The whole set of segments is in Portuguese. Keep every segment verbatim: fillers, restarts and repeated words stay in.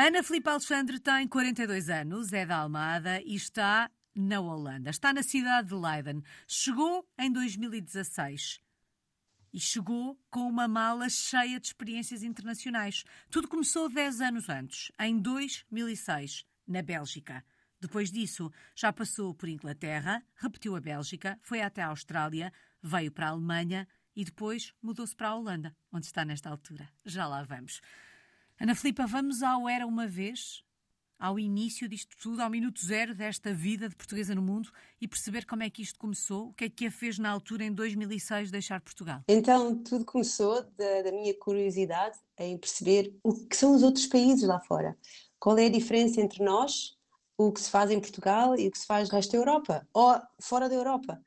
Ana Filipe Alexandre tem quarenta e dois anos, é da Almada e está na Holanda. Está na cidade de Leiden. Chegou em dois mil e dezasseis e chegou com uma mala cheia de experiências internacionais. Tudo começou dez anos antes, em dois mil e seis, na Bélgica. Depois disso, já passou por Inglaterra, repetiu a Bélgica, foi até a Austrália, veio para a Alemanha e depois mudou-se para a Holanda, onde está nesta altura. Já lá vamos. Ana Filipa, vamos ao Era Uma Vez, ao início disto tudo, ao minuto zero desta vida de portuguesa no mundo e perceber como é que isto começou, o que é que a fez na altura, em dois mil e seis, deixar Portugal? Então, tudo começou da, da minha curiosidade em perceber o que são os outros países lá fora. Qual é a diferença entre nós, o que se faz em Portugal e o que se faz no resto da Europa, ou fora da Europa.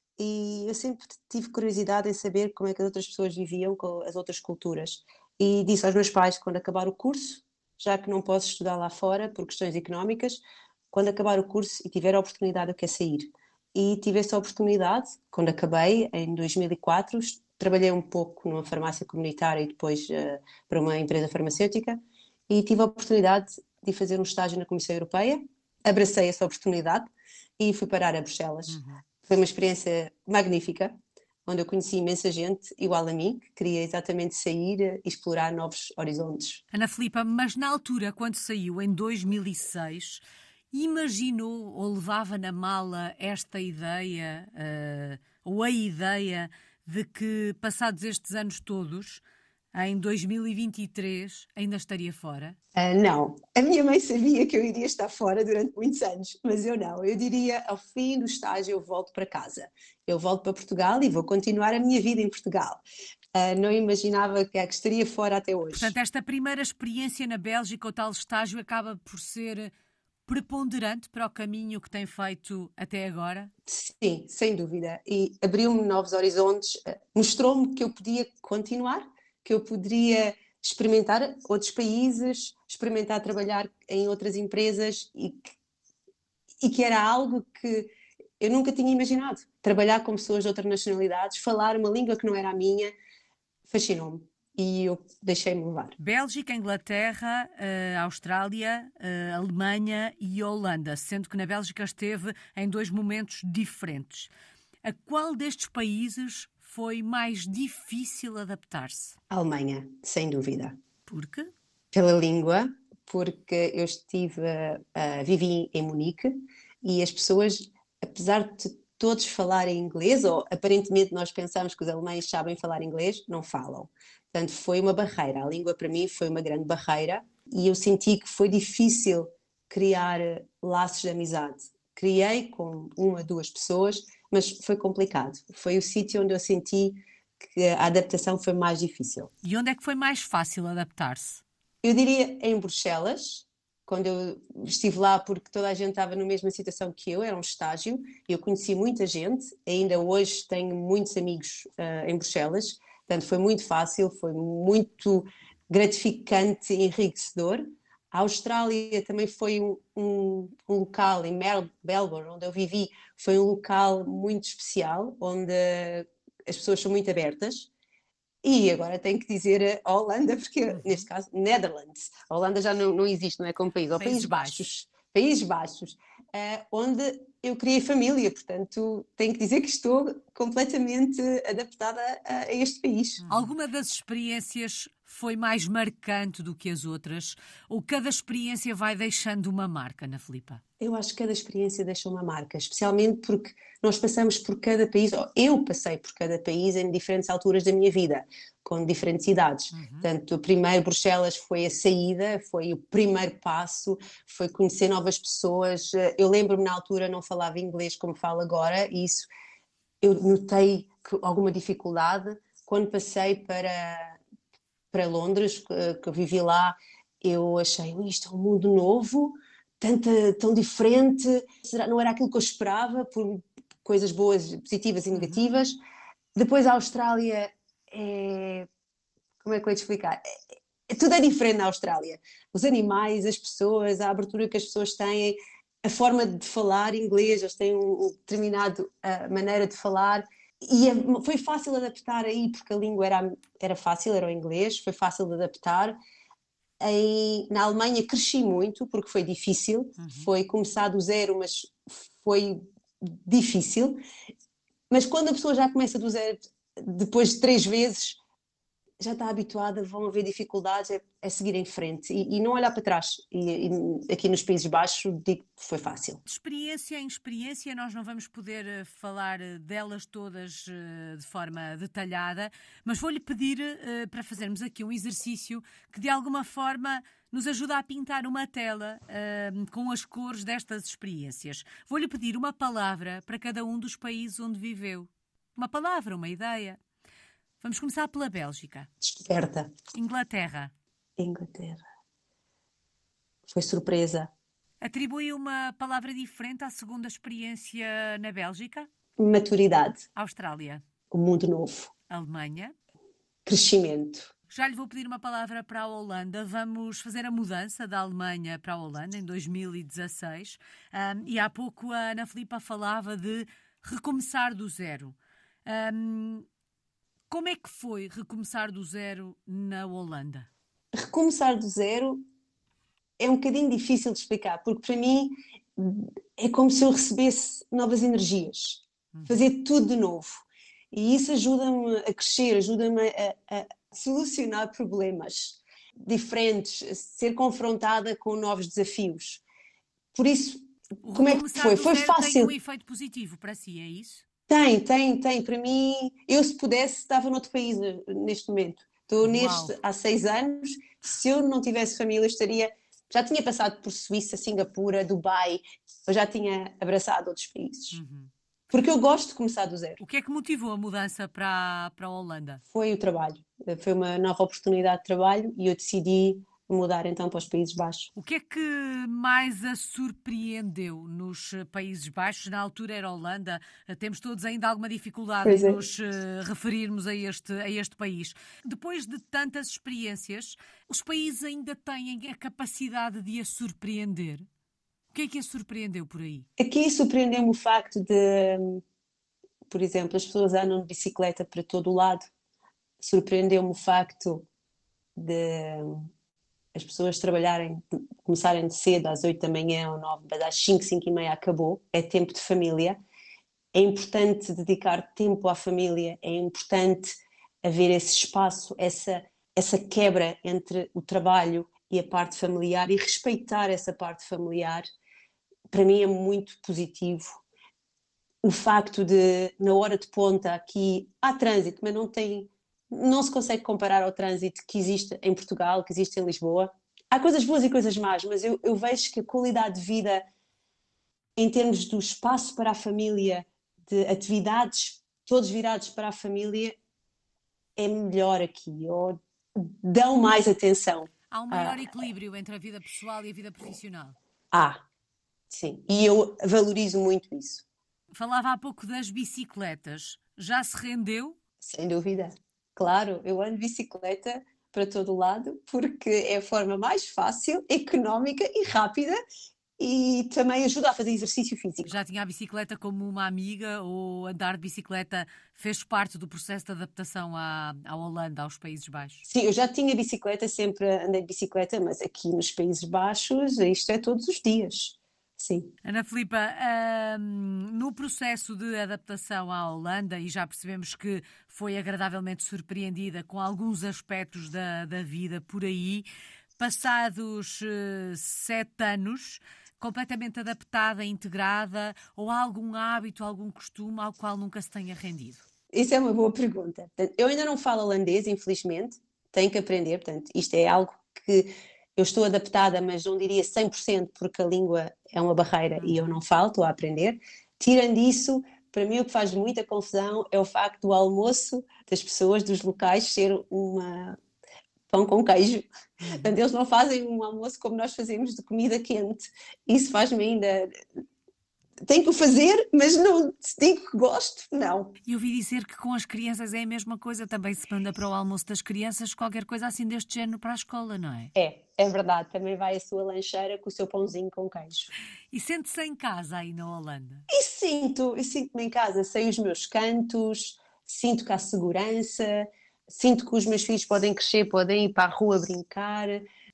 E eu sempre tive curiosidade em saber como é que as outras pessoas viviam com as outras culturas. E disse aos meus pais, quando acabar o curso, já que não posso estudar lá fora por questões económicas, quando acabar o curso e tiver a oportunidade, eu quero sair. E tive essa oportunidade, quando acabei, em dois mil e quatro, trabalhei um pouco numa farmácia comunitária e depois uh, para uma empresa farmacêutica, e tive a oportunidade de fazer um estágio na Comissão Europeia, abracei essa oportunidade e fui parar a Bruxelas. Uhum. Foi uma experiência magnífica, onde eu conheci imensa gente igual a mim, que queria exatamente sair e explorar novos horizontes. Ana Filipa, mas na altura, quando saiu, em dois mil e seis, imaginou ou levava na mala esta ideia, uh, ou a ideia de que, passados estes anos todos, em dois mil e vinte e três, ainda estaria fora? Uh, não. A minha mãe sabia que eu iria estar fora durante muitos anos, mas eu não. Eu diria, ao fim do estágio, eu volto para casa. Eu volto para Portugal e vou continuar a minha vida em Portugal. Uh, não imaginava que, que estaria fora até hoje. Portanto, esta primeira experiência na Bélgica, o tal estágio, acaba por ser preponderante para o caminho que tem feito até agora? Sim, sem dúvida. E abriu-me novos horizontes, mostrou-me que eu podia continuar, que eu poderia experimentar outros países, experimentar trabalhar em outras empresas e que, e que era algo que eu nunca tinha imaginado. Trabalhar com pessoas de outras nacionalidades, falar uma língua que não era a minha, fascinou-me. E eu deixei-me levar. Bélgica, Inglaterra, uh, Austrália, uh, Alemanha e Holanda, sendo que na Bélgica esteve em dois momentos diferentes. A qual destes países foi mais difícil adaptar-se? A Alemanha, sem dúvida. Por quê? Pela língua, porque eu estive, uh, vivi em Munique e as pessoas, apesar de todos falarem inglês, ou aparentemente nós pensamos que os alemães sabem falar inglês, não falam. Portanto, foi uma barreira. A língua para mim foi uma grande barreira e eu senti que foi difícil criar laços de amizade. Criei com uma, duas pessoas, mas foi complicado. Foi o sítio onde eu senti que a adaptação foi mais difícil. E onde é que foi mais fácil adaptar-se? Eu diria em Bruxelas, quando eu estive lá, porque toda a gente estava na mesma situação que eu, era um estágio, e eu conheci muita gente, ainda hoje tenho muitos amigos uh, em Bruxelas, portanto foi muito fácil, foi muito gratificante e enriquecedor. A Austrália também foi um, um, um local, em Melbourne, onde eu vivi, foi um local muito especial, onde as pessoas são muito abertas. E agora tenho que dizer a Holanda, porque uhum. neste caso, Netherlands. A Holanda já não, não existe, não é como país, ou Países Baixos. Baixos. Países Baixos, uh, onde eu criei família, portanto tenho que dizer que estou completamente adaptada a, a este país. Uhum. Alguma das experiências foi mais marcante do que as outras? Ou cada experiência vai deixando uma marca, Ana Filipa? Eu acho que cada experiência deixa uma marca, especialmente porque nós passamos por cada país, ou eu passei por cada país em diferentes alturas da minha vida, com diferentes idades. Uhum. Portanto, o primeiro Bruxelas foi a saída, foi o primeiro passo, foi conhecer novas pessoas. Eu lembro-me na altura não falava inglês como falo agora, e isso eu notei que, alguma dificuldade. Quando passei para, para Londres, que eu vivi lá, eu achei, isto é um mundo novo, Tanta, tão diferente, será, não era aquilo que eu esperava, por coisas boas, positivas e negativas. Uhum. Depois a Austrália é... Como é que eu ia te explicar? É, é, tudo é diferente na Austrália. Os animais, as pessoas, a abertura que as pessoas têm, a forma de falar inglês, eles têm um determinado uh, maneira de falar. E é, foi fácil adaptar aí, porque a língua era, era fácil, era o inglês, foi fácil de adaptar. Em, na Alemanha cresci muito, porque foi difícil, Uhum. foi começar do zero, mas foi difícil. Mas quando a pessoa já começa do zero, depois de três vezes, já está habituada, vão haver dificuldades, é, é seguir em frente e, e não olhar para trás. E, e aqui nos Países Baixos, digo que foi fácil. De experiência em experiência, nós não vamos poder uh, falar uh, delas todas uh, de forma detalhada, mas vou-lhe pedir uh, para fazermos aqui um exercício que de alguma forma nos ajuda a pintar uma tela uh, com as cores destas experiências. Vou-lhe pedir uma palavra para cada um dos países onde viveu. Uma palavra, uma ideia. Vamos começar pela Bélgica. Descoberta. Inglaterra. Inglaterra. Foi surpresa. Atribui uma palavra diferente à segunda experiência na Bélgica? Maturidade. Austrália. O mundo novo. Alemanha. Crescimento. Já lhe vou pedir uma palavra para a Holanda. Vamos fazer a mudança da Alemanha para a Holanda em dois mil e dezasseis. Um, e há pouco a Ana Filipa falava de recomeçar do zero. Um, como é que foi recomeçar do zero na Holanda? Recomeçar do zero é um bocadinho difícil de explicar, porque para mim é como se eu recebesse novas energias, fazer tudo de novo. E isso ajuda-me a crescer, ajuda-me a, a solucionar problemas diferentes, a ser confrontada com novos desafios. Por isso, o como é que foi? Foi fácil. Tem um efeito positivo para si, é isso? Tem, tem, tem. Para mim, eu se pudesse estava noutro país neste momento. Estou Uau. neste há seis anos. Se eu não tivesse família, eu estaria... Já tinha passado por Suíça, Singapura, Dubai. Eu já tinha abraçado outros países. Uhum. Porque eu gosto de começar do zero. O que é que motivou a mudança para, para a Holanda? Foi o trabalho. Foi uma nova oportunidade de trabalho e eu decidi mudar então para os Países Baixos. O que é que mais a surpreendeu nos Países Baixos? Na altura era a Holanda. Temos todos ainda alguma dificuldade Pois em é. nos uh, referirmos a este, a este país. Depois de tantas experiências, os países ainda têm a capacidade de a surpreender? O que é que a surpreendeu por aí? Aqui surpreendeu-me o facto de, por exemplo, as pessoas andam de bicicleta para todo o lado. Surpreendeu-me o facto de as pessoas trabalharem, começarem de cedo, às oito da manhã ou nove, mas às cinco, cinco e meia acabou. É tempo de família. É importante dedicar tempo à família, é importante haver esse espaço, essa, essa quebra entre o trabalho e a parte familiar e respeitar essa parte familiar. Para mim é muito positivo. O facto de, na hora de ponta, aqui há trânsito, mas não tem... não se consegue comparar ao trânsito que existe em Portugal, que existe em Lisboa. Há coisas boas e coisas más, mas eu, eu vejo que a qualidade de vida, em termos do espaço para a família, de atividades, todos virados para a família, é melhor aqui, ou dão mais atenção. Há um maior ah. equilíbrio entre a vida pessoal e a vida profissional? Há, sim, e eu valorizo muito isso. Falava há pouco das bicicletas. Já se rendeu? Sem dúvida. Claro, eu ando de bicicleta para todo o lado porque é a forma mais fácil, económica e rápida e também ajuda a fazer exercício físico. Já tinha a bicicleta como uma amiga ou andar de bicicleta fez parte do processo de adaptação à, à Holanda, aos Países Baixos? Sim, eu já tinha bicicleta, sempre andei de bicicleta, mas aqui nos Países Baixos isto é todos os dias. Sim. Ana Filipa, hum, no processo de adaptação à Holanda, e já percebemos que foi agradavelmente surpreendida com alguns aspectos da, da vida por aí, passados uh, sete anos, completamente adaptada, integrada, ou há algum hábito, algum costume ao qual nunca se tenha rendido? Isso é uma boa pergunta. Eu ainda não falo holandês, infelizmente, tenho que aprender, portanto, isto é algo que... eu estou adaptada, mas não diria cem por cento porque a língua é uma barreira e eu não falo, estou a aprender. Tirando isso, para mim o que faz muita confusão é o facto do almoço das pessoas, dos locais, ser uma pão com queijo. Portanto, eles não fazem um almoço como nós fazemos de comida quente. Isso faz-me ainda... tenho que o fazer, mas não digo que gosto, não. E ouvi dizer que com as crianças é a mesma coisa, também se manda para o almoço das crianças qualquer coisa assim deste género para a escola, não é? É, é verdade, também vai a sua lancheira com o seu pãozinho com queijo. E sente-se em casa aí na Holanda? E sinto, eu sinto-me em casa, sei os meus cantos, sinto que há segurança, sinto que os meus filhos podem crescer, podem ir para a rua brincar,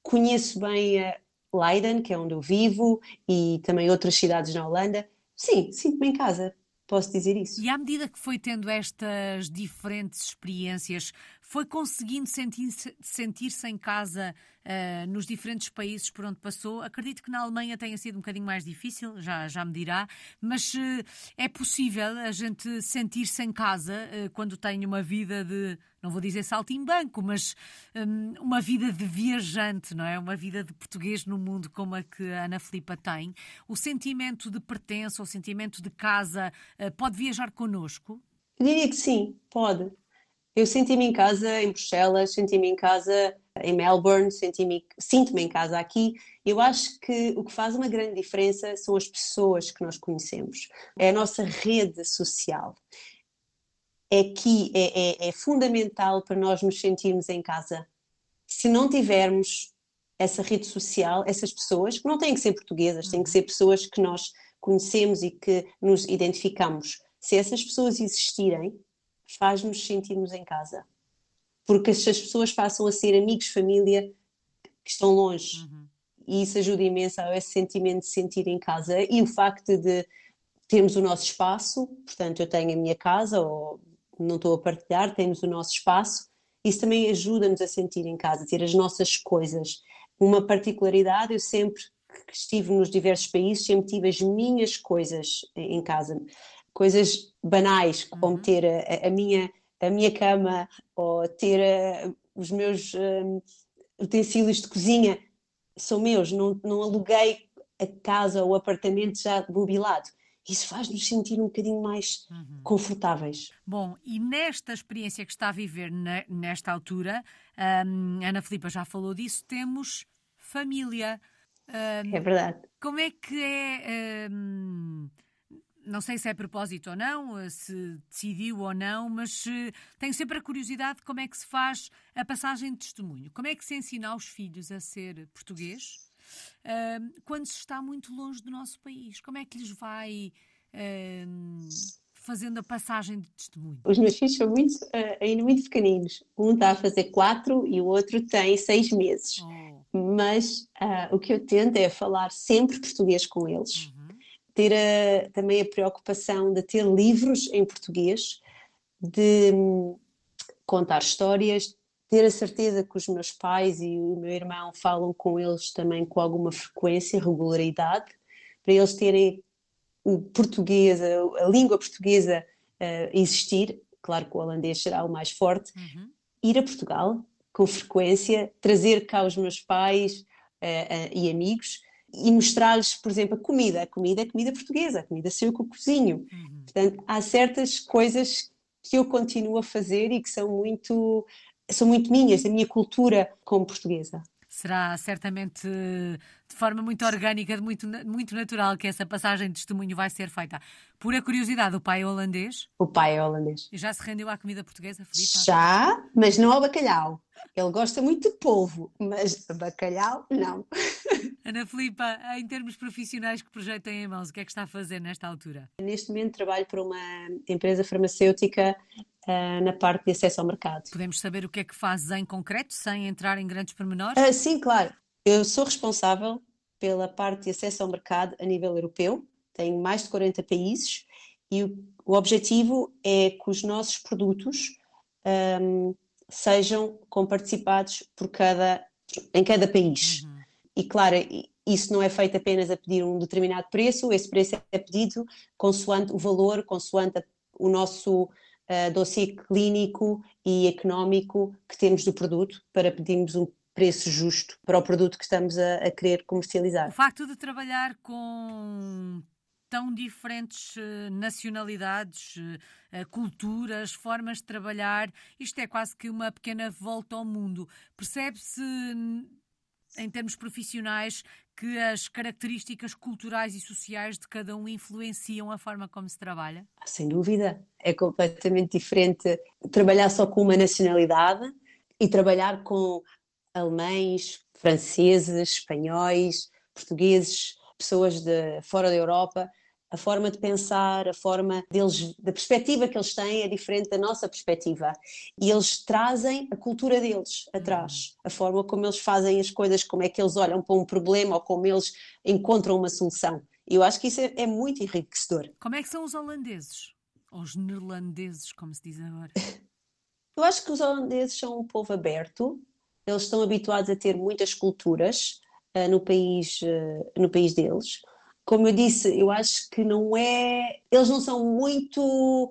conheço bem a Leiden, que é onde eu vivo, e também outras cidades na Holanda. Sim, sinto-me em casa, posso dizer isso. E à medida que foi tendo estas diferentes experiências, foi conseguindo sentir-se, sentir-se em casa uh, nos diferentes países por onde passou? Acredito que na Alemanha tenha sido um bocadinho mais difícil, já, já me dirá, mas uh, é possível a gente sentir-se em casa uh, quando tem uma vida de, não vou dizer saltimbanco, mas um, uma vida de viajante, não é? Uma vida de português no mundo como a que a Ana Filipa tem. O sentimento de pertença, o sentimento de casa, uh, pode viajar connosco? Eu diria que sim, pode. Eu senti-me em casa em Bruxelas, senti-me em casa em Melbourne, senti-me, sinto-me em casa aqui. Eu acho que o que faz uma grande diferença são as pessoas que nós conhecemos. É a nossa rede social. É que é, é, é fundamental para nós nos sentirmos em casa. Se não tivermos essa rede social, essas pessoas, que não têm que ser portuguesas, têm que ser pessoas que nós conhecemos e que nos identificamos. Se essas pessoas existirem, faz-nos sentirmos em casa. Porque essas pessoas passam a ser amigos, família, que estão longe. Uhum. E isso ajuda imenso a esse sentimento de se sentir em casa. E o facto de termos o nosso espaço, portanto, eu tenho a minha casa, ou não estou a partilhar, temos o nosso espaço, isso também ajuda-nos a sentir em casa, ter as nossas coisas. Uma particularidade, eu sempre que estive nos diversos países, sempre tive as minhas coisas em casa. Coisas banais, como uhum. ter a, a, minha, a minha cama ou ter a, os meus um, utensílios de cozinha, são meus, não, não aluguei a casa ou o apartamento já mobilado. Isso faz-nos sentir um bocadinho mais uhum. confortáveis. Bom, e nesta experiência que está a viver na, nesta altura, um, Ana Filipa já falou disso, temos família. Um, é verdade. Como é que é... Um, não sei se é propósito ou não, se decidiu ou não, mas tenho sempre a curiosidade de como é que se faz a passagem de testemunho. Como é que se ensina aos filhos a ser português uh, quando se está muito longe do nosso país? Como é que lhes vai uh, fazendo a passagem de testemunho? Os meus filhos são muito, uh, ainda muito pequeninos. Um está a fazer quatro e o outro tem seis meses. Oh. Mas uh, o que eu tento é falar sempre português com eles. Uhum. Ter a, também a preocupação de ter livros em português, de hum, contar histórias, ter a certeza que os meus pais e o meu irmão falam com eles também com alguma frequência, regularidade, para eles terem o português, a, a língua portuguesa uh, existir. Claro que o holandês será o mais forte. Uhum. Ir a Portugal com frequência, trazer cá os meus pais uh, uh, e amigos, e mostrar-lhes, por exemplo, a comida. A comida é comida portuguesa, a comida sou eu que eu cozinho. Uhum. Portanto, há certas coisas que eu continuo a fazer e que são muito, são muito minhas, da minha cultura como portuguesa. Será certamente de forma muito orgânica, muito, muito natural que essa passagem de testemunho vai ser feita. Pura curiosidade, o pai é holandês? O pai é holandês. E já se rendeu à comida portuguesa, Filipa? Já, mas não ao bacalhau. Ele gosta muito de polvo, mas bacalhau, não. Ana Filipa, em termos profissionais, que projeto tem em mãos? O que é que está a fazer nesta altura? Neste momento trabalho para uma empresa farmacêutica uh, na parte de acesso ao mercado. Podemos saber o que é que fazes em concreto, sem entrar em grandes pormenores? Uh, sim, claro. Eu sou responsável pela parte de acesso ao mercado a nível europeu. Tenho mais de quarenta países e o, o objetivo é que os nossos produtos um, sejam comparticipados por cada, em cada país. Uhum. E claro, isso não é feito apenas a pedir um determinado preço, esse preço é pedido consoante o valor, consoante a, o nosso uh, dossiê clínico e económico que temos do produto, para pedirmos um preço justo para o produto que estamos a, a querer comercializar. O facto de trabalhar com tão diferentes nacionalidades, culturas, formas de trabalhar, isto é quase que uma pequena volta ao mundo. Percebe-se, em termos profissionais, que as características culturais e sociais de cada um influenciam a forma como se trabalha? Sem dúvida. É completamente diferente trabalhar só com uma nacionalidade e trabalhar com alemães, franceses, espanhóis, portugueses, pessoas de fora da Europa. A forma de pensar, a forma deles, da perspectiva que eles têm é diferente da nossa perspectiva. E eles trazem a cultura deles atrás, a forma como eles fazem as coisas, como é que eles olham para um problema ou como eles encontram uma solução. E eu acho que isso é, é muito enriquecedor. Como é que são os holandeses? Ou os neerlandeses, como se diz agora? Eu acho que os holandeses são um povo aberto, eles estão habituados a ter muitas culturas uh, no país, uh, no país deles. Como eu disse, eu acho que não é. Eles não são muito.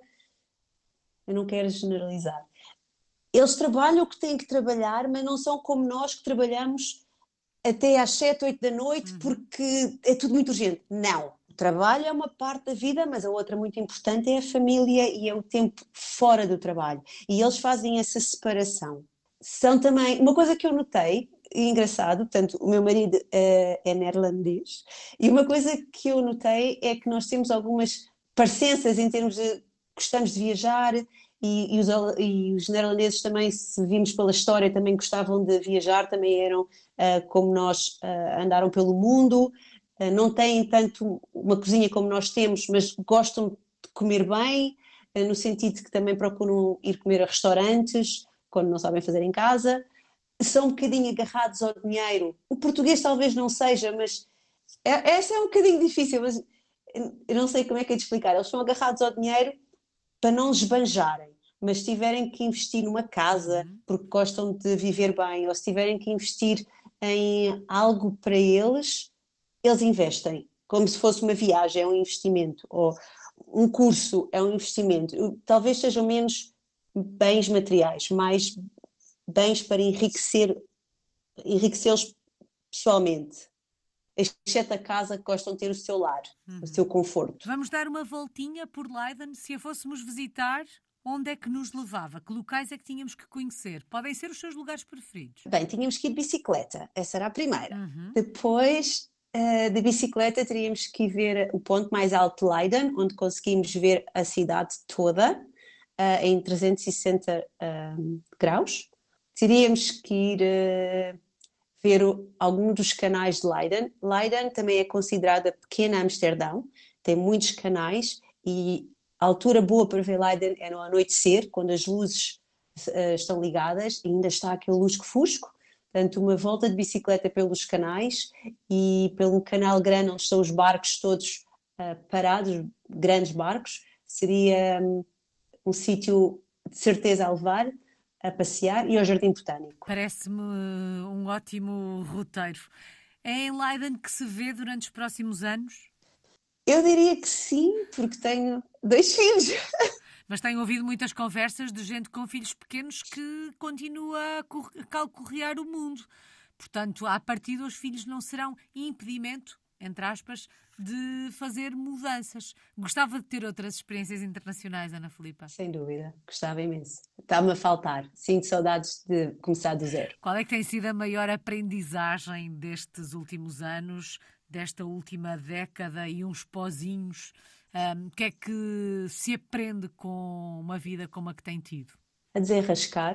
Eu não quero generalizar. Eles trabalham o que têm que trabalhar, mas não são como nós que trabalhamos até às sete, oito da noite, Uhum. porque é tudo muito urgente. Não. O trabalho é uma parte da vida, mas a outra muito importante é a família e é o tempo fora do trabalho. E eles fazem essa separação. São também. Uma coisa que eu notei, e engraçado, portanto, o meu marido uh, é neerlandês, e uma coisa que eu notei é que nós temos algumas parecenças em termos de gostamos de viajar. E, e, os, e os neerlandeses também, se vimos pela história, também gostavam de viajar, também eram uh, como nós, uh, andaram pelo mundo, uh, não têm tanto uma cozinha como nós temos, mas gostam de comer bem, uh, no sentido que também procuram ir comer a restaurantes, quando não sabem fazer em casa, são um bocadinho agarrados ao dinheiro. O português talvez não seja, mas é, essa é um bocadinho difícil, mas eu não sei como é que é de explicar. Eles são agarrados ao dinheiro para não esbanjarem, mas se tiverem que investir numa casa Uhum. porque gostam de viver bem, ou se tiverem que investir em algo para eles, eles investem, como se fosse uma viagem, é um investimento, ou um curso é um investimento. Talvez sejam menos bens materiais, mais bens para enriquecer, enriquecê-los pessoalmente. Exceto a casa que gostam de ter o seu lar, Uhum. o seu conforto. Vamos dar uma voltinha por Leiden. Se a fôssemos visitar, onde é que nos levava? Que locais é que tínhamos que conhecer? Podem ser os seus lugares preferidos. Bem, tínhamos que ir de bicicleta, essa era a primeira. Uhum. Depois uh, de bicicleta teríamos que ir ver o ponto mais alto de Leiden, onde conseguimos ver a cidade toda uh, em trezentos e sessenta uh, graus. Teríamos que ir uh, ver o, algum dos canais de Leiden. Leiden também é considerada pequena Amsterdão, tem muitos canais e a altura boa para ver Leiden é no anoitecer, quando as luzes uh, estão ligadas e ainda está aquele lusco-fusco. Portanto, uma volta de bicicleta pelos canais e pelo canal grande onde estão os barcos todos uh, parados, grandes barcos, seria um, um sítio de certeza a levar, a passear, e ao Jardim Botânico. Parece-me um ótimo roteiro. É em Leiden que se vê durante os próximos anos? Eu diria que sim, porque tenho dois filhos. Mas tenho ouvido muitas conversas de gente com filhos pequenos que continua a calcorrear o mundo. Portanto, à partida, os filhos não serão impedimento, entre aspas, de fazer mudanças. Gostava de ter outras experiências internacionais, Ana Filipa? Sem dúvida, gostava imenso. Está-me a faltar. Sinto saudades de começar do zero. Qual é que tem sido a maior aprendizagem destes últimos anos, desta última década e uns pozinhos? Um, o que é que se aprende com uma vida como a que tem tido? A desenrascar,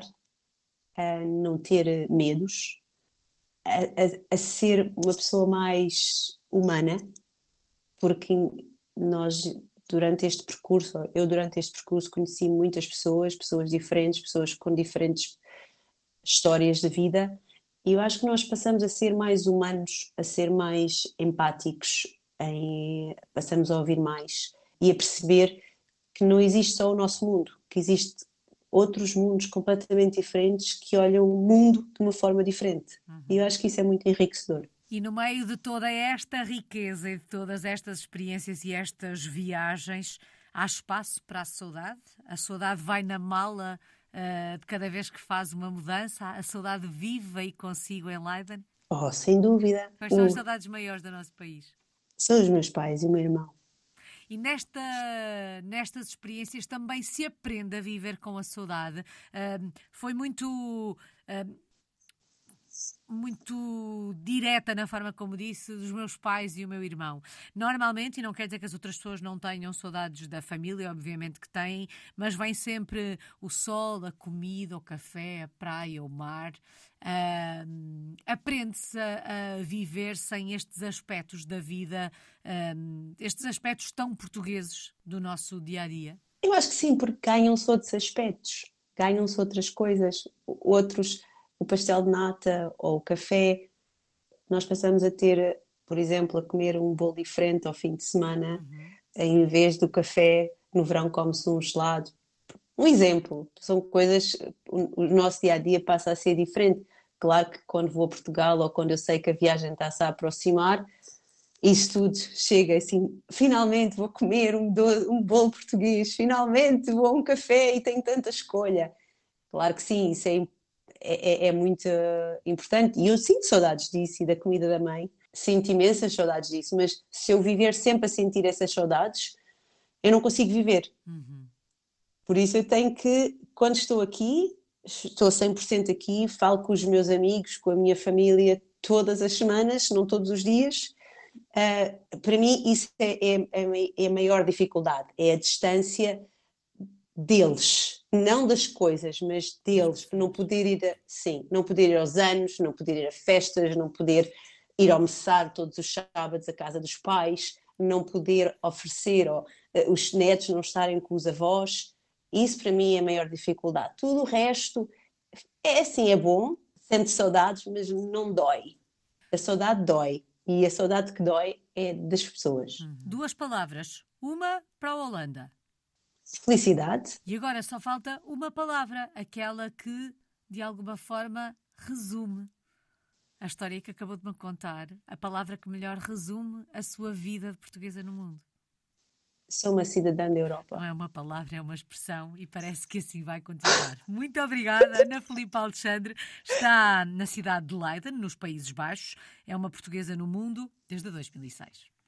a não ter medos, a, a, a ser uma pessoa mais humana, porque nós, durante este percurso, eu durante este percurso conheci muitas pessoas, pessoas diferentes, pessoas com diferentes histórias de vida, e eu acho que nós passamos a ser mais humanos, a ser mais empáticos, em, passamos a ouvir mais e a perceber que não existe só o nosso mundo, que existe outros mundos completamente diferentes que olham o mundo de uma forma diferente. Uhum. E eu acho que isso é muito enriquecedor. E no meio de toda esta riqueza e de todas estas experiências e estas viagens, há espaço para a saudade? A saudade vai na mala uh, de cada vez que faz uma mudança? A saudade vive aí consigo em Leiden? Oh, sem dúvida. Quais são uh, as saudades maiores do nosso país? São os meus pais e o meu irmão. E nesta, nestas experiências também se aprende a viver com a saudade. Uh, foi muito... Uh, muito direta na forma como disse, dos meus pais e o meu irmão. Normalmente, e não quer dizer que as outras pessoas não tenham saudades da família, obviamente que têm, mas vem sempre o sol, a comida, o café, a praia, o mar. Uh, aprende-se a, a viver sem estes aspectos da vida, uh, estes aspectos tão portugueses do nosso dia-a-dia? Eu acho que sim, porque ganham-se outros aspectos, ganham-se outras coisas, outros, o pastel de nata ou o café. Nós passamos a ter, por exemplo, a comer um bolo diferente ao fim de semana, Uhum. em vez do café, no verão come-se um gelado. Um exemplo, são coisas, o, o nosso dia-a-dia passa a ser diferente. Claro que quando vou a Portugal ou quando eu sei que a viagem está-se a aproximar, isto tudo chega assim, finalmente vou comer um, do, um bolo português, finalmente vou a um café e tenho tanta escolha. Claro que sim, isso é, é, é muito importante e eu sinto saudades disso e da comida da mãe, sinto imensas saudades disso, mas se eu viver sempre a sentir essas saudades, eu não consigo viver. Uhum. Por isso eu tenho que, quando estou aqui, estou cem por cento aqui, falo com os meus amigos, com a minha família todas as semanas, não todos os dias. Uh, para mim isso é, é, é a maior dificuldade, é a distância deles, não das coisas, mas deles, não poder ir a, sim, não poder ir aos anos, não poder ir a festas, não poder ir almoçar todos os sábados à casa dos pais, não poder oferecer, ou, uh, os netos não estarem com os avós. Isso para mim é a maior dificuldade. Tudo o resto é assim, é bom, sente saudades, mas não dói. A saudade dói. E a saudade que dói é das pessoas. Uhum. Duas palavras. Uma para a Holanda. Felicidade. E agora só falta uma palavra, aquela que, de alguma forma, resume a história que acabou de me contar, a palavra que melhor resume a sua vida de portuguesa no mundo. Sou uma cidadã da Europa. Não é uma palavra, é uma expressão e parece que assim vai continuar. Muito obrigada, Ana Filipe Alexandre. Está na cidade de Leiden, nos Países Baixos. É uma portuguesa no mundo desde dois mil e seis.